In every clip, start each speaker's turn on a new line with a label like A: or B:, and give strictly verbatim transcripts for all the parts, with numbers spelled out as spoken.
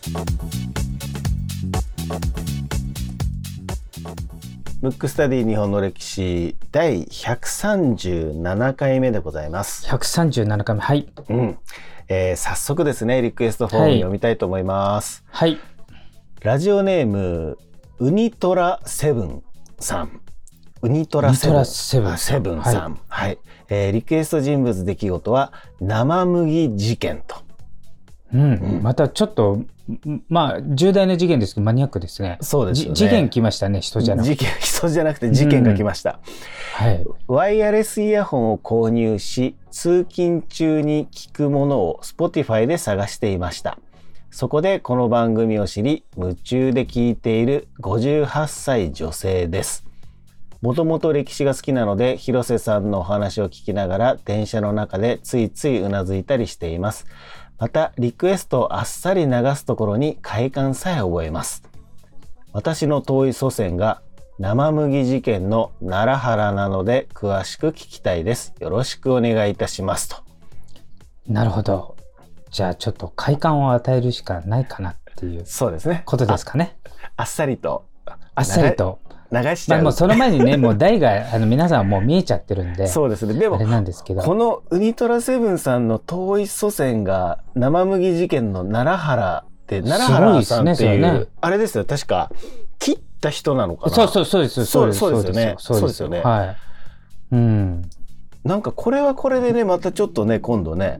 A: ブックスタディ日本の歴史第ひゃくさんじゅうななかいめでございます。
B: ひゃくさんじゅうななかいめ、はい、
A: うんえー、早速ですね、リクエストフォーム読みたいと思います。
B: はい、
A: ラジオネームウニトラセブンさん、ウニトラセブンセブンセブンさん、はいはいえー、リクエスト人物出来事は生麦事件と、
B: うんうん、またちょっとまあ重大な事件ですけどマニアックですね。
A: そうですよね。
B: 事件来ましたね。人じゃなくて
A: 事件人じゃなくて事件が来ました、
B: うんはい、
A: ワイヤレスイヤホンを購入し通勤中に聞くものを Spotify で探していました。そこでこの番組を知り夢中で聞いているごじゅうはっさい女性です。もともと歴史が好きなので広瀬さんのお話を聞きながら電車の中でついついうなずいたりしています。またリクエストをあっさり流すところに快感さえ覚えます。私の遠い祖先が生麦事件の奈良原なので詳しく聞きたいです。よろしくお願いいたしますと。
B: なるほど。じゃあちょっと快感を与えるしかないかなっていう
A: そうですね。
B: ことですかね。
A: あ, あっさりと
B: あっさりと
A: 流しちゃう、
B: まあ、もうその前にねもう題があの皆さんもう見えちゃってるんで
A: そうですね。でも
B: あれなんですけど、
A: このウニトラセブンさんの遠い祖先が生麦事件の奈良原って奈良原さんっていう、
B: ねね、
A: あれですよ、確か切った人なのかな。
B: そうそうそうです
A: そうですそうですよね。そうですよね。
B: はい。うん。
A: なんかこれはこれでねまたちょっとね今度ね、
B: うん、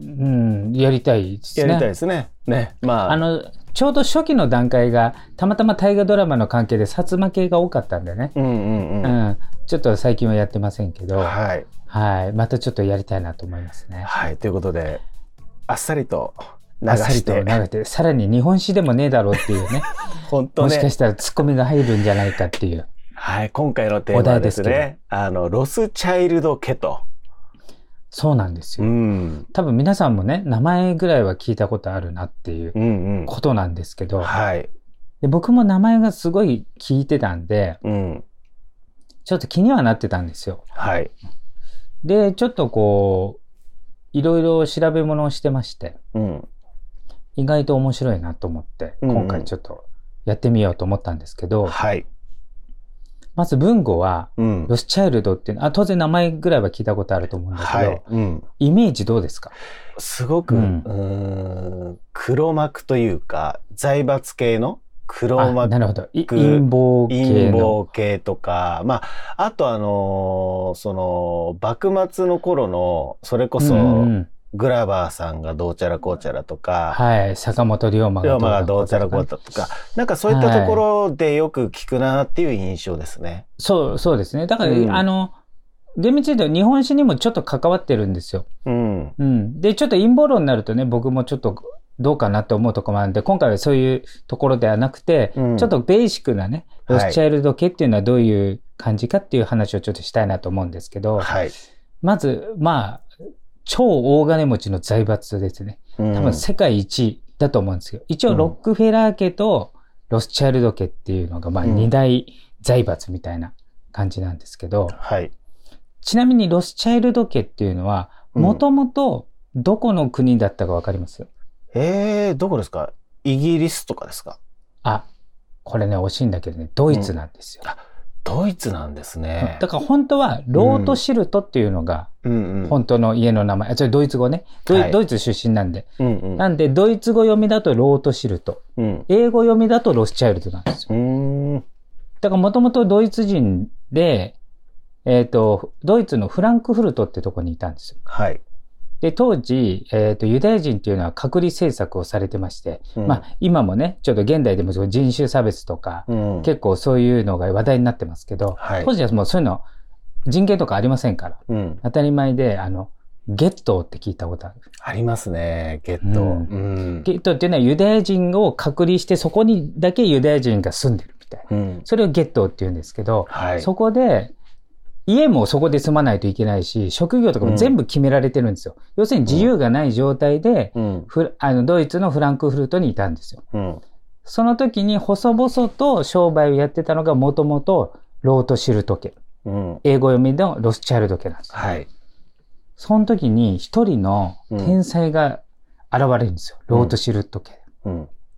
B: やりたいですね。
A: やりたいですね。ね、まあ
B: あのちょうど初期の段階がたまたま大河ドラマの関係で薩摩系が多かったんでね。
A: うんうんうん。
B: うん、ちょっと最近はやってませんけど、
A: はい
B: はい、またちょっとやりたいなと思いますね。
A: はい、ということであっさりと流して、
B: あっさりと流してさらに日本史でもねえだろうっていうね。
A: 本当ね。
B: もしかしたらツッコミが入るんじゃないかっていう。
A: はい、今回のテーマはですね、あのロスチャイルド家と。
B: そうなんですよ、
A: うん、
B: 多分皆さんもね名前ぐらいは聞いたことあるなっていうことなんですけど、
A: うんうんはい、
B: で僕も名前がすごい聞いてたんで、
A: うん、
B: ちょっと気にはなってたんですよ。
A: はい、
B: でちょっとこういろいろ調べ物をしてまして、
A: うん、
B: 意外と面白いなと思って、うんうん、今回ちょっとやってみようと思ったんですけど、
A: はい、
B: まず文語は、
A: うん、
B: ロスチャイルドっていうのは当然名前ぐらいは聞いたことあると思うんだけど、はいうん、イメージどうですか？
A: すごく、うん、うーん黒幕というか財閥系の黒幕、
B: なるほど、陰謀系の
A: 陰謀系とか、まああとあのー、その幕末の頃のそれこそ、うんうんグラバーさんがどうちゃらこうちゃらとか、
B: はい、坂本龍馬
A: がどうちゃらこうちゃらとか、なんかそういったところでよく聞くなっていう印象ですね。
B: はい、そう、そうですね。だから、うん、あの、厳密に言うと日本史にもちょっと関わってるんですよ。うん。うん。で、ちょっと陰謀論になるとね、僕もちょっとどうかなと思うところもあるんで、今回はそういうところではなくて、うん、ちょっとベーシックなね、ロスチャイルド家っていうのはどういう感じかっていう話をちょっとしたいなと思うんですけど、はい、まず、まあ、超大金持ちの財閥ですね。多分世界一だと思うんですけど、一応ロックフェラー家とロスチャイルド家っていうのがまあ二大財閥みたいな感じなんですけど、うんはい、ちなみにロスチャイルド家っていうのはもともとどこの国だったかわかります？
A: えー、どこですか？イギリスとかですか？
B: あ、これね惜しいんだけどね、ドイツなんですよ。
A: うんドイツなんですね。
B: だから本当はロートシルトっていうのが本当の家の名前、うんうん、それドイツ語ね、はい、ドイツ出身なんで、うんうん、なんでドイツ語読みだとロートシルト、うん、英語読みだとロスチャイルドなんですよ。うんだからもともとドイツ人で、えっとドイツのフランクフルトってとこにいたんですよ。はい。で当時、えーと、ユダヤ人っていうのは隔離政策をされてまして、うん、まあ今もね、ちょっと現代でも人種差別とか、うん、結構そういうのが話題になってますけど、はい、当時はもうそういうの人権とかありませんから、うん、当たり前で、あの、ゲットーって聞いたことある？
A: ありますね、ゲットー。うん
B: うん、ゲットーっていうのはユダヤ人を隔離してそこにだけユダヤ人が住んでるみたいな。うん、それをゲットーって言うんですけど、はい、そこで、家もそこで住まないといけないし、職業とかも全部決められてるんですよ。うん、要するに自由がない状態で、うん、あのドイツのフランクフルトにいたんですよ。うん、その時に細々と商売をやってたのがもともとロートシルト家、うん。英語読みのロスチャイルド家なんですよ。はい、その時に一人の天才が現れるんですよ。ロートシルト家。うん、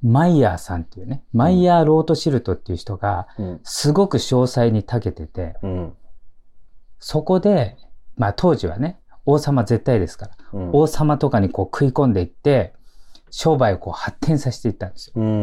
B: マイヤーさんっていうね、マイヤー・ロートシルトっていう人が、すごく詳細に長けてて、うん、そこで、まあ当時はね、王様絶対ですから、うん、王様とかにこう食い込んでいって、商売をこう発展させていったんですよ。うん、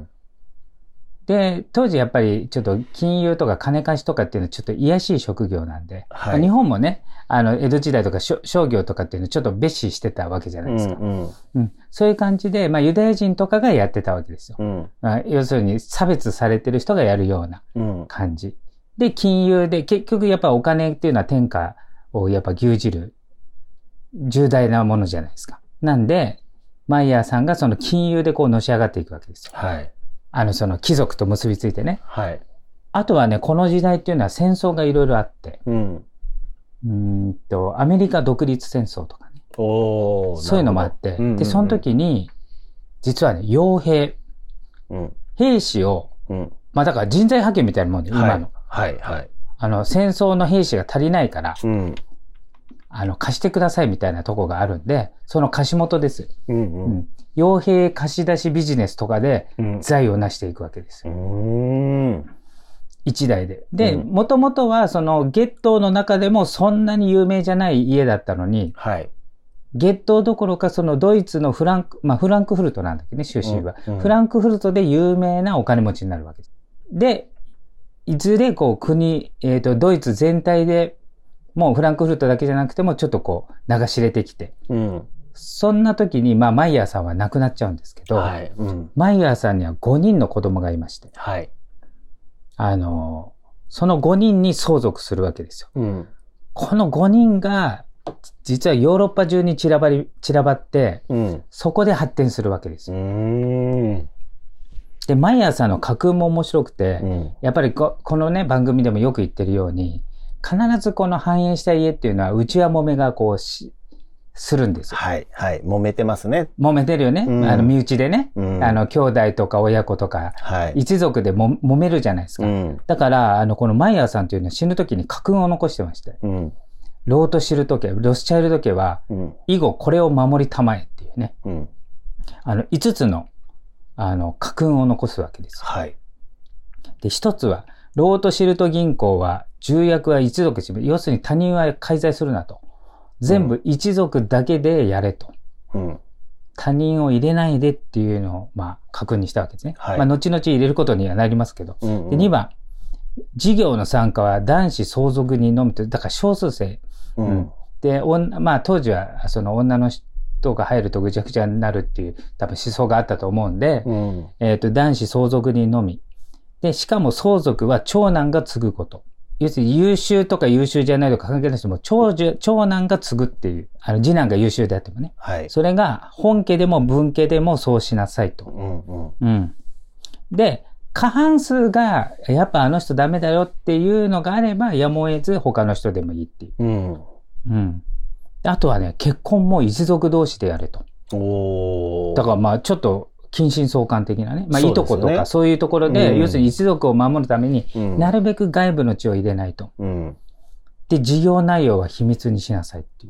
B: で、当時やっぱりちょっと金融とか金貸しとかっていうのはちょっと卑しい職業なんで、はい、日本もね、あの、江戸時代とか商業とかっていうのをちょっと蔑視してたわけじゃないですか。うんうんうん、そういう感じで、まあユダヤ人とかがやってたわけですよ。うんまあ、要するに差別されてる人がやるような感じ。うん、で、金融で結局やっぱお金っていうのは天下をやっぱ牛耳る重大なものじゃないですか。なんで、マイヤーさんがその金融でこうのし上がっていくわけですよ。はい。あの、その貴族と結びついてね。はい。あとはね、この時代っていうのは戦争がいろいろあって、うん。うーんと、アメリカ独立戦争とかね。おー。そういうのもあって、うんうんうん、で、その時に、実はね、傭兵、うん、兵士を、うん、まあだから人材派遣みたいなもんで、今の。はい、はい、はい。あの、戦争の兵士が足りないから、うん、あの、貸してくださいみたいなとこがあるんで、その貸元です。うんうんうん、傭兵貸し出しビジネスとかで財を成していくわけですよ。うん、一代で。で、もともとはその月頭の中でもそんなに有名じゃない家だったのに、はい、月頭どころかそのドイツのフランク、まあフランクフルトなんだけどね、出身は、うんうん。フランクフルトで有名なお金持ちになるわけです。で、いずれこう国、えっと、ドイツ全体でもうフランクフルトだけじゃなくてもちょっとこう流し入れてきて、うん、そんな時にまあマイヤーさんは亡くなっちゃうんですけど、はいうん、マイヤーさんにはごにんの子供がいまして、はい、あのそのごにんに相続するわけですよ。うん、このごにんが実はヨーロッパ中に散らばり散らばって、うん、そこで発展するわけですよ。うーんでマイヤーさんの家訓も面白くて、うん、やっぱり こ, このね番組でもよく言ってるように。必ずこの繁栄した家っていうのは、うちは揉めがこうし、するんですよ。
A: はい、はい。揉めてますね。
B: 揉めてるよね。うん、あの、身内でね。うん、あの、兄弟とか親子とか、はい、一族でも揉めるじゃないですか。うん、だから、あの、このマイヤーさんっていうのは死ぬ時に家訓を残してまして。うん、ロートシルト家、ロスチャイルド家は、うん、以後これを守りたまえっていうね。うん、あの、五つの、あの、家訓を残すわけです。はい。で、一つは、ロートシルト銀行は、重役は一族、要するに他人は介在するなと。全部一族だけでやれと。うん、他人を入れないでっていうのを、まあ、確認したわけですね。はい、まあ、後々入れることにはなりますけど。うんうん、でにばん、事業の参加は男子相続人のみと、だから少数制。うんうん、で、まあ、当時は、その女の人が入るとぐちゃぐちゃになるっていう、多分思想があったと思うんで、うん、えっと、男子相続人のみ。で、しかも相続は長男が継ぐこと。要するに優秀とか優秀じゃないとか関係ない人も長女、長男が継ぐっていう、あの次男が優秀であってもね。はい。それが本家でも分家でもそうしなさいと。うんうん。うん。で、過半数がやっぱあの人ダメだよっていうのがあればやむを得ず他の人でもいいっていう。うん。うん。あとはね、結婚も一族同士でやれと。おー。だからまあちょっと、近親相関的なね。まあ、いとことか、そういうところで、うん、要するに一族を守るために、うん、なるべく外部の血を入れないと。うん、で、事業内容は秘密にしなさいっていう。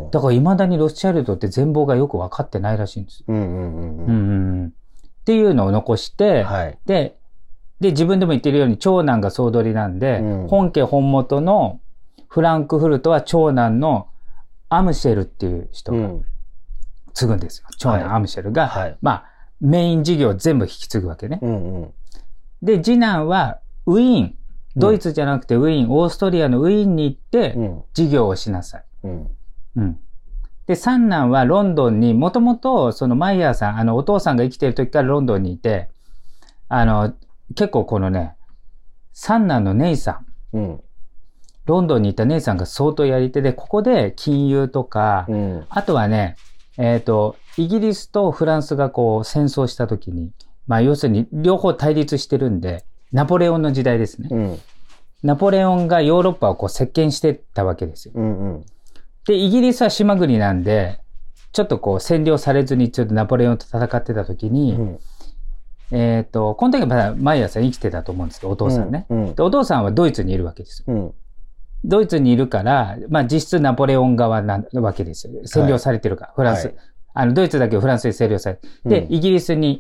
B: だから未だにロスチャイルドって全貌がよく分かってないらしいんですよ。うんうんうんうん、っていうのを残して、はい、で、で、自分でも言ってるように長男が総取りなんで、うん、本家本元のフランクフルトは長男のアムシェルっていう人が継ぐんですよ。長男アムシェルが、はい、まあ、メイン事業を全部引き継ぐわけね。うんうん、で、次男はウィーン、ドイツじゃなくてウィーン、うん、オーストリアのウィーンに行って事業をしなさい。うんうん、で、三男はロンドンに、もともとそのマイヤーさん、あのお父さんが生きてる時からロンドンにいて、あの、結構このね、三男のネイさん、うん、ロンドンに行ったネイさんが相当やり手で、ここで金融とか、うん、あとはね、えっと、イギリスとフランスがこう戦争した時に、まあ要するに両方対立してるんで、ナポレオンの時代ですね。うん、ナポレオンがヨーロッパをこう席巻してたわけですよ。うんうん、で、イギリスは島国なんで、ちょっとこう占領されずにちょっとナポレオンと戦ってた時に、うん、えっと、この時はまだマイヤーさん生きてたと思うんですけど、お父さんね、うんうん、で。お父さんはドイツにいるわけですよ。うんドイツにいるから、まあ実質ナポレオン側なわけですよ。占領されてるから、はい、フランス、はい。あの、ドイツだけフランスで占領されて、で、うん、イギリスに、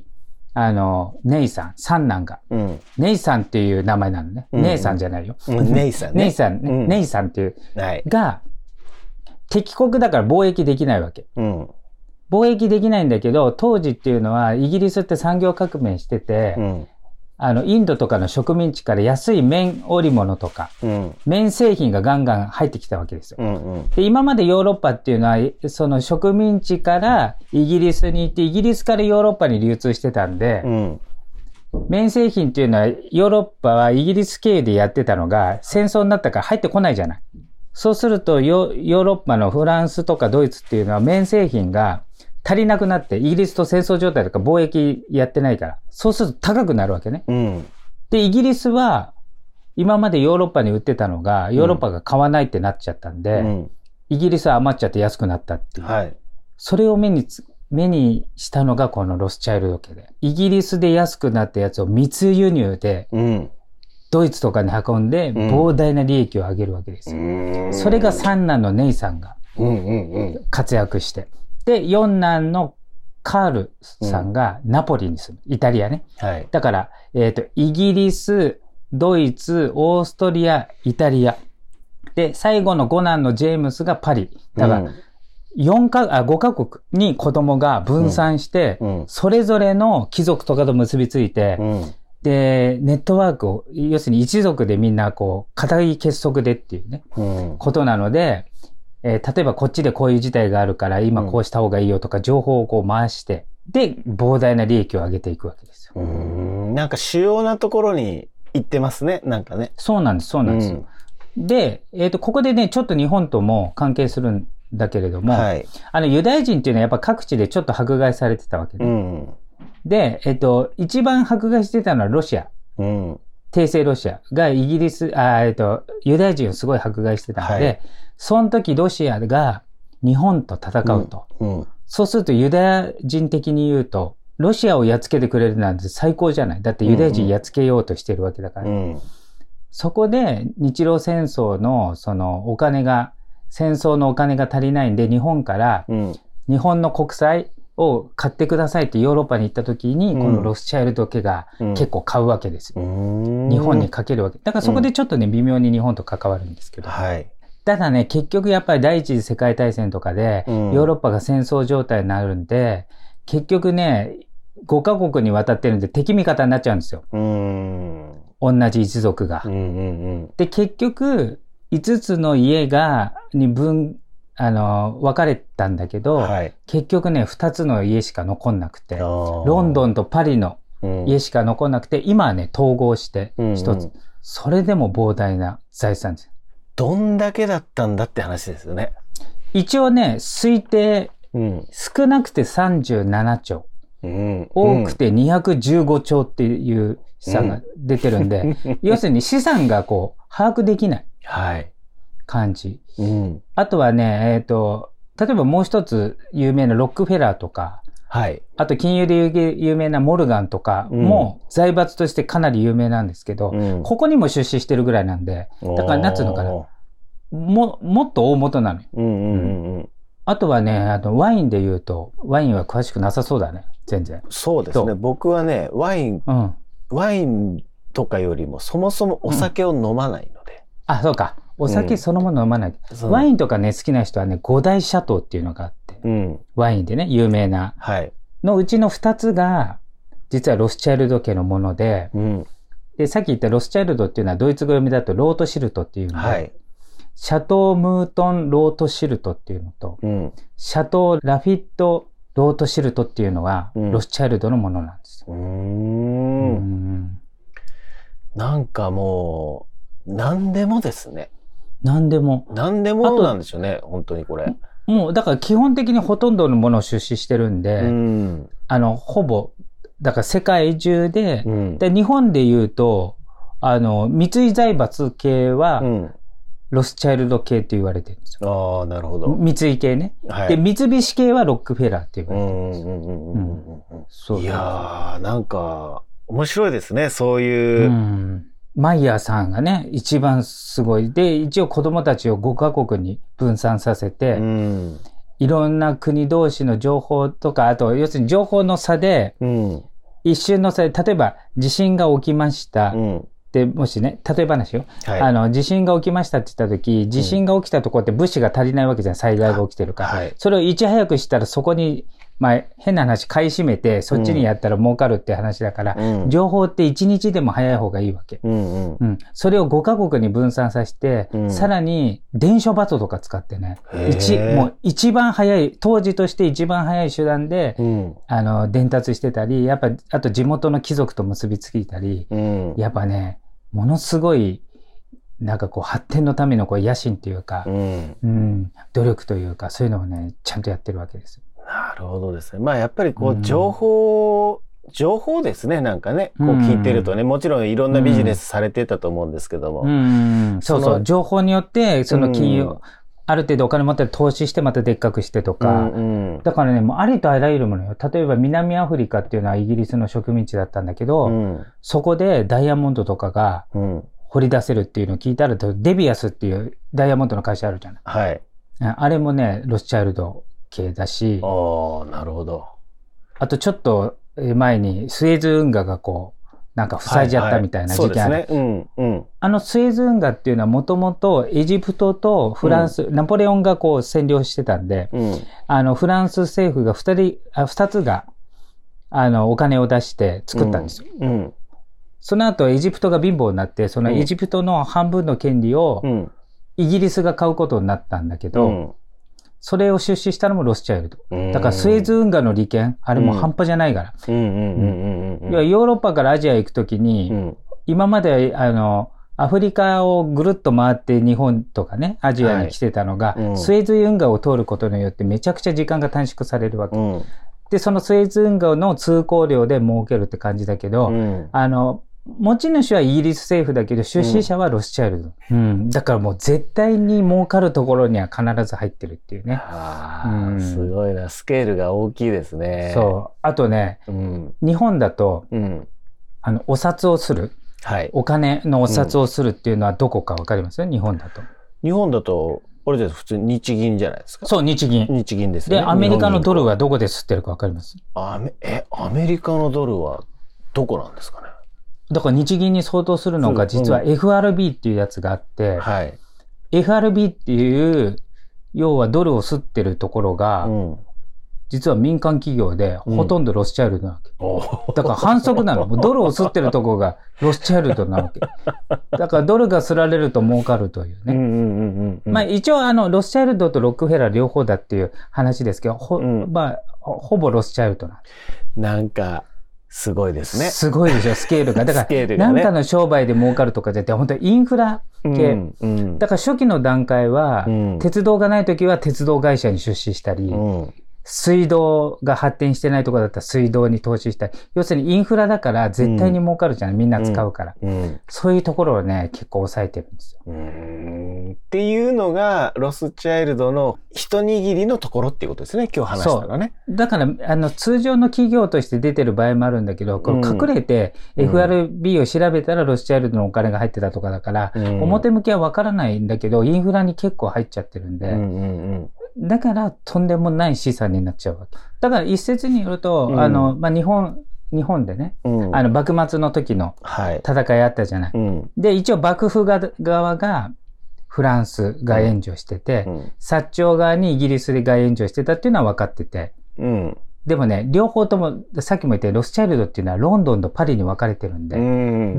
B: あの、ネイさん、三男が。うん、ネイさんっていう名前なのね。うん、ネイさんじゃないよ。
A: うん、ネイさんね。
B: ネイさん、ね、うん、ネイさんっていう、はい、が、敵国だから貿易できないわけ。うん、貿易できないんだけど、当時っていうのは、イギリスって産業革命してて、うん、あの、インドとかの植民地から安い綿織物とか、うん、綿製品がガンガン入ってきたわけですよ。うんうん、で、今までヨーロッパっていうのは、その植民地からイギリスに行って、イギリスからヨーロッパに流通してたんで、うん、綿製品っていうのは、ヨーロッパはイギリス経由でやってたのが、戦争になったから入ってこないじゃない。そうするとヨ、ヨーロッパのフランスとかドイツっていうのは綿製品が足りなくなって、イギリスと戦争状態とか貿易やってないから、そうすると高くなるわけね。うん、で、イギリスは、今までヨーロッパに売ってたのが、ヨーロッパが買わないってなっちゃったんで、うん、イギリスは余っちゃって安くなったっていう。はい、それを目につ、目にしたのがこのロスチャイルド家で。イギリスで安くなったやつを密輸入で、うん、ドイツとかに運んで、膨大な利益を上げるわけですよ。うん、それが三男のネイさんが活躍して。で、四男のカールさんがナポリに住む。イタリアね。はい、だから、えっと、イギリス、ドイツ、オーストリア、イタリア。で、最後の五男のジェームスがパリ。だから、四か、あ、五カ国に子供が分散して、うんうん、それぞれの貴族とかと結びついて、うん、で、ネットワークを、要するに一族でみんなこう、固い結束でっていうね、うん、ことなので、えー、例えばこっちでこういう事態があるから今こうした方がいいよとか情報をこう回して、で、膨大な利益を上げていくわけですよ。
A: うーん、なんか主要なところに行ってますね、なんかね。
B: そうなんです、そうなんですよ。うん、で、えっと、ここでね、ちょっと日本とも関係するんだけれども、はい、あの、ユダヤ人っていうのはやっぱ各地でちょっと迫害されてたわけね。うん、で、えっと、一番迫害してたのはロシア。うん、帝政ロシアがイギリス、あ、えっと、ユダヤ人をすごい迫害してたので、はい、その時ロシアが日本と戦うと、うんうん。そうするとユダヤ人的に言うと、ロシアをやっつけてくれるなんて最高じゃない。だってユダヤ人やっつけようとしてるわけだから。うんうん、そこで日露戦争のそのお金が、戦争のお金が足りないんで日本から日本の国債を買ってくださいってヨーロッパに行った時に、このロスチャイルド家が結構買うわけですよ。うん、日本にかけるわけ。だからそこでちょっとね、微妙に日本と関わるんですけど。はい、ただね、結局やっぱり第一次世界大戦とかで、ヨーロッパが戦争状態になるんで、結局ね、ごカ国に渡ってるんで敵味方になっちゃうんですよ。うん、同じ一族が。うんうんうん、で、結局、五つの家が、に分、あの、分かれたんだけど、はい、結局ね、二つの家しか残んなくて、ロンドンとパリの家しか残んなくて、うん、今はね、統合して一つ、うんうん。それでも膨大な財産です。
A: どんだけだったんだって話ですよね。
B: 一応ね、推定、うん、少なくてさんじゅうななちょう、うん、多くてにひゃくじゅうごちょうっていう資産が出てるんで、うん、要するに資産がこう、把握できない感じ。はい、うん、あとはね、えっと、例えばもう一つ有名なロックフェラーとか、はい、あと金融で有名なモルガンとかも財閥としてかなり有名なんですけど、うん、ここにも出資してるぐらいなんで、だからなんつうのかな、も、もっと大元なのよ。うんうんうんうん、あとはね、あの、ワインで言うと、ワインは詳しくなさそうだね、全然。
A: そうですね。僕はね、ワイン、うん、ワインとかよりもそもそもお酒を飲まないので。
B: うん、あ、そうか。お酒そのもの飲まない。うん、ワインとかね、好きな人はね、五大シャトーっていうのがあって、うん、ワインでね、有名な。はい。のうちの二つが、実はロスチャイルド家のもので、うん、で、さっき言ったロスチャイルドっていうのはドイツ語読みだとロートシルトっていうので、はい、シャトー・ムートン・ロートシルトっていうのと、うん、シャトー・ラフィット・ロートシルトっていうのは、うん、ロスチャイルドのものなんですよ。うーん。
A: うん、なんかもう、何でもですね。
B: 何でも。
A: 何でもなんですよね、本当にこれ。
B: もう、だから基本的にほとんどのものを出資してるんで、うん、あの、ほぼ、だから世界中で、うん、で、日本で言うと、あの、三井財閥系は、うん、ロスチャイルド系って言われてるんです
A: よ。ああ、なるほど。
B: 三井系ね。はい、で、三菱系はロックフェラーって言われてるんですよ。
A: いやー、なんか、面白いですね、そういう。うん
B: マイヤーさんがね、一番すごい。で、一応子供たちをごカ国に分散させて、うん、いろんな国同士の情報とか、あと、要するに情報の差で、うん、 一瞬のさ、例えば地震が起きました。うんで、もしね、例え話よ、はい。あの、地震が起きましたって言った時、地震が起きたところって物資が足りないわけじゃん。災害が起きてるから。はい、それをいち早くしたらそこに、まあ、変な話、買い占めて、そっちにやったら儲かるって話だから、うん、情報っていちにちでも早い方がいいわけ。うんうんうん、それをごカ国に分散させて、うん、さらに、伝書バトとか使ってね、一、もう一番早い、当時として一番早い手段で、うん、あの、伝達してたり、やっぱ、あと地元の貴族と結びついたり、うん、やっぱね、ものすごい、なんかこう発展のためのこう野心っていうか、うんうん、努力というか、そういうのをね、ちゃんとやってるわけです。
A: なるほどですね。まあやっぱりこう情報、うん、情報ですね、なんかね、こう聞いてるとね、うん、もちろんいろんなビジネスされてたと思うんですけども。
B: うんうん、そうそう、情報によって、その金融、うん、ある程度お金持って投資してまたでっかくしてとか、うんうん、だからね、もうありとあらゆるものよ。例えば南アフリカっていうのはイギリスの植民地だったんだけど、うん、そこでダイヤモンドとかが掘り出せるっていうのを聞いたら、デビアスっていうダイヤモンドの会社あるじゃない。はい。あれもね、ロスチャイルド系だし、
A: ああ、なるほど。
B: あとちょっと前にスエズ運河がこう、なんか塞いじゃったみたいな事件ある。はいはい、そうですね。うんうん。あのスエズ運河っていうのはもともとエジプトとフランス、うん、ナポレオンがこう占領してたんで、うん、あのフランス政府が二人、あ、二つが、あのお金を出して作ったんですよ。うんうん、その後エジプトが貧乏になって、そのエジプトの半分の権利をイギリスが買うことになったんだけど、うん、それを出資したのもロスチャイルド。だからスエズ運河の利権、あれも半端じゃないから。ヨーロッパからアジア行くときに、うん、今まであの、アフリカをぐるっと回って日本とかね、アジアに来てたのが、はいうん、スエズ運河を通ることによってめちゃくちゃ時間が短縮されるわけ。うん、で、そのスエズ運河の通行料で儲けるって感じだけど、うん、あの、持ち主はイギリス政府だけど、出資者はロスチャイルド。うん。うん、だからもう絶対に儲かるところには必ず入ってるっていうね。
A: ああ、うん、すごいな。スケールが大きいですね。
B: そう。あとね、うん、日本だと、うん、あの、お札をする。はい。お金のお札をするっていうのはどこかわかります、うん、日本だと。
A: 日本だと、これじゃ普通日銀じゃないですか。
B: そう、日銀。
A: 日銀ですね。
B: で、アメリカのドルはどこで吸ってるかわかります？
A: アメ、え、アメリカのドルはどこなんですかね？
B: だから日銀に相当するのが実は エフアールビー っていうやつがあって、はい、エフアールビー っていう、要はドルを吸ってるところが、うん、実は民間企業でほとんどロスチャイルドなわけ。うん、だから反則なの。もうドルを吸ってるところがロスチャイルドなわけ。だからドルが吸られると儲かるというね。まあ一応あの、ロスチャイルドとロックフェラー両方だっていう話ですけど、ほ、うん、まあ、ほぼロスチャイルドなんです。
A: なんか、すごいですね。
B: すごいでしょ、スケールが。だから、なんかの商売で儲かるとかじゃなくて、本当にインフラ系。うんうん、だから初期の段階は、うん、鉄道がないときは鉄道会社に出資したり、うん、水道が発展してないところだったら水道に投資したり、要するにインフラだから絶対に儲かるじゃない、うん、みんな使うから、うんうん。そういうところをね、結構抑えてるんですよ。
A: うーんっていうのが、ロスチャイルドの一握りのところっていうことですね、今日話したのね。
B: そう。だから、あの、通常の企業として出てる場合もあるんだけど、これ隠れて エフアールビー を調べたらロスチャイルドのお金が入ってたとかだから、うん、表向きはわからないんだけど、インフラに結構入っちゃってるんで、うんうんうん、だからとんでもない資産になっちゃうわけ。だから一説によると、うん、あの、まあ、日本、日本でね、うん、あの、幕末の時の戦いあったじゃない。はいうん、で、一応幕府側が、フランスが援助してて、うん、薩長側にイギリスが援助してたっていうのは分かってて、うん、でもね、両方とも、さっきも言ったロスチャイルドっていうのはロンドンとパリに分かれてるんで、うん、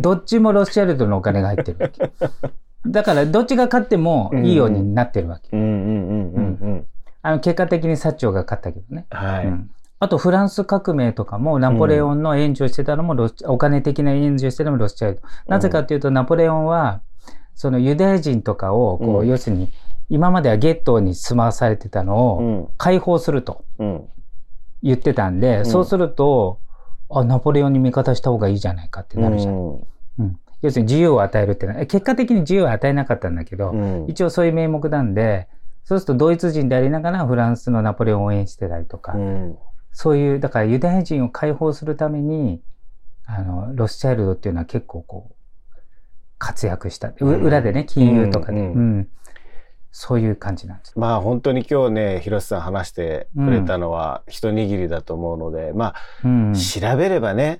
B: どっちもロスチャイルドのお金が入ってるわけ。だから、どっちが勝ってもいいようになってるわけ。あの、結果的に薩長が勝ったけどね。はい。うん、あと、フランス革命とかも、ナポレオンの援助してたのもロス、お金的な援助してたのもロスチャイルド。なぜかっていうと、ナポレオンは、そのユダヤ人とかを、こう、うん、要するに、今まではゲットーに住まわされてたのを解放すると言ってたんで、うん、そうすると、あ、ナポレオンに味方した方がいいじゃないかってなるじゃん。うんうん、要するに自由を与えるってのは、結果的に自由を与えなかったんだけど、うん、一応そういう名目なんで、そうするとドイツ人でありながらフランスのナポレオンを応援してたりとか、うん、そういう、だからユダヤ人を解放するために、あの、ロスチャイルドっていうのは結構こう、活躍した。裏でね、金融とかで、うんうんうん。そういう感じなんです。
A: まあ本当に今日ね、広瀬さん話してくれたのは一握りだと思うので、うん、まあ、うん、調べればね、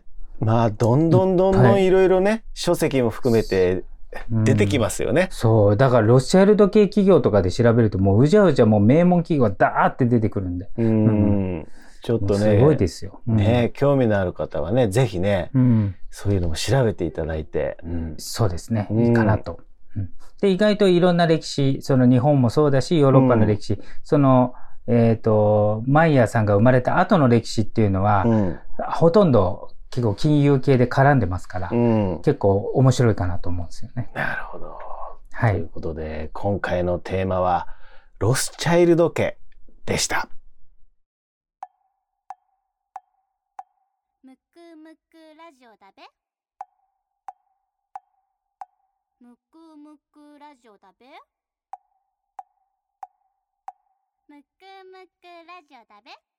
A: まあどんどんどんどんいろいろね、はい、書籍も含めて出てきますよね、うん、
B: そうだからロシアルド系企業とかで調べるともううじゃうじゃもう名門企業がダーって出てくるんで、
A: うん、ちょっとね
B: すごいですよ、
A: うん、ね興味のある方はねぜひね、うん、そういうのも調べていただいて、
B: うん、そうですね、いいかなと、うん、で意外といろんな歴史その日本もそうだしヨーロッパの歴史、うん、そのえっとマイヤーさんが生まれた後の歴史っていうのは、うん、ほとんど結構金融系で絡んでますから、うん、結構面白いかなと思うんですよね。
A: なるほど。はい。ということで、今回のテーマは、ロスチャイルド家でした。
C: むくむくラジオだべ。むくむくラジオだべ。むくむくラジオだべ。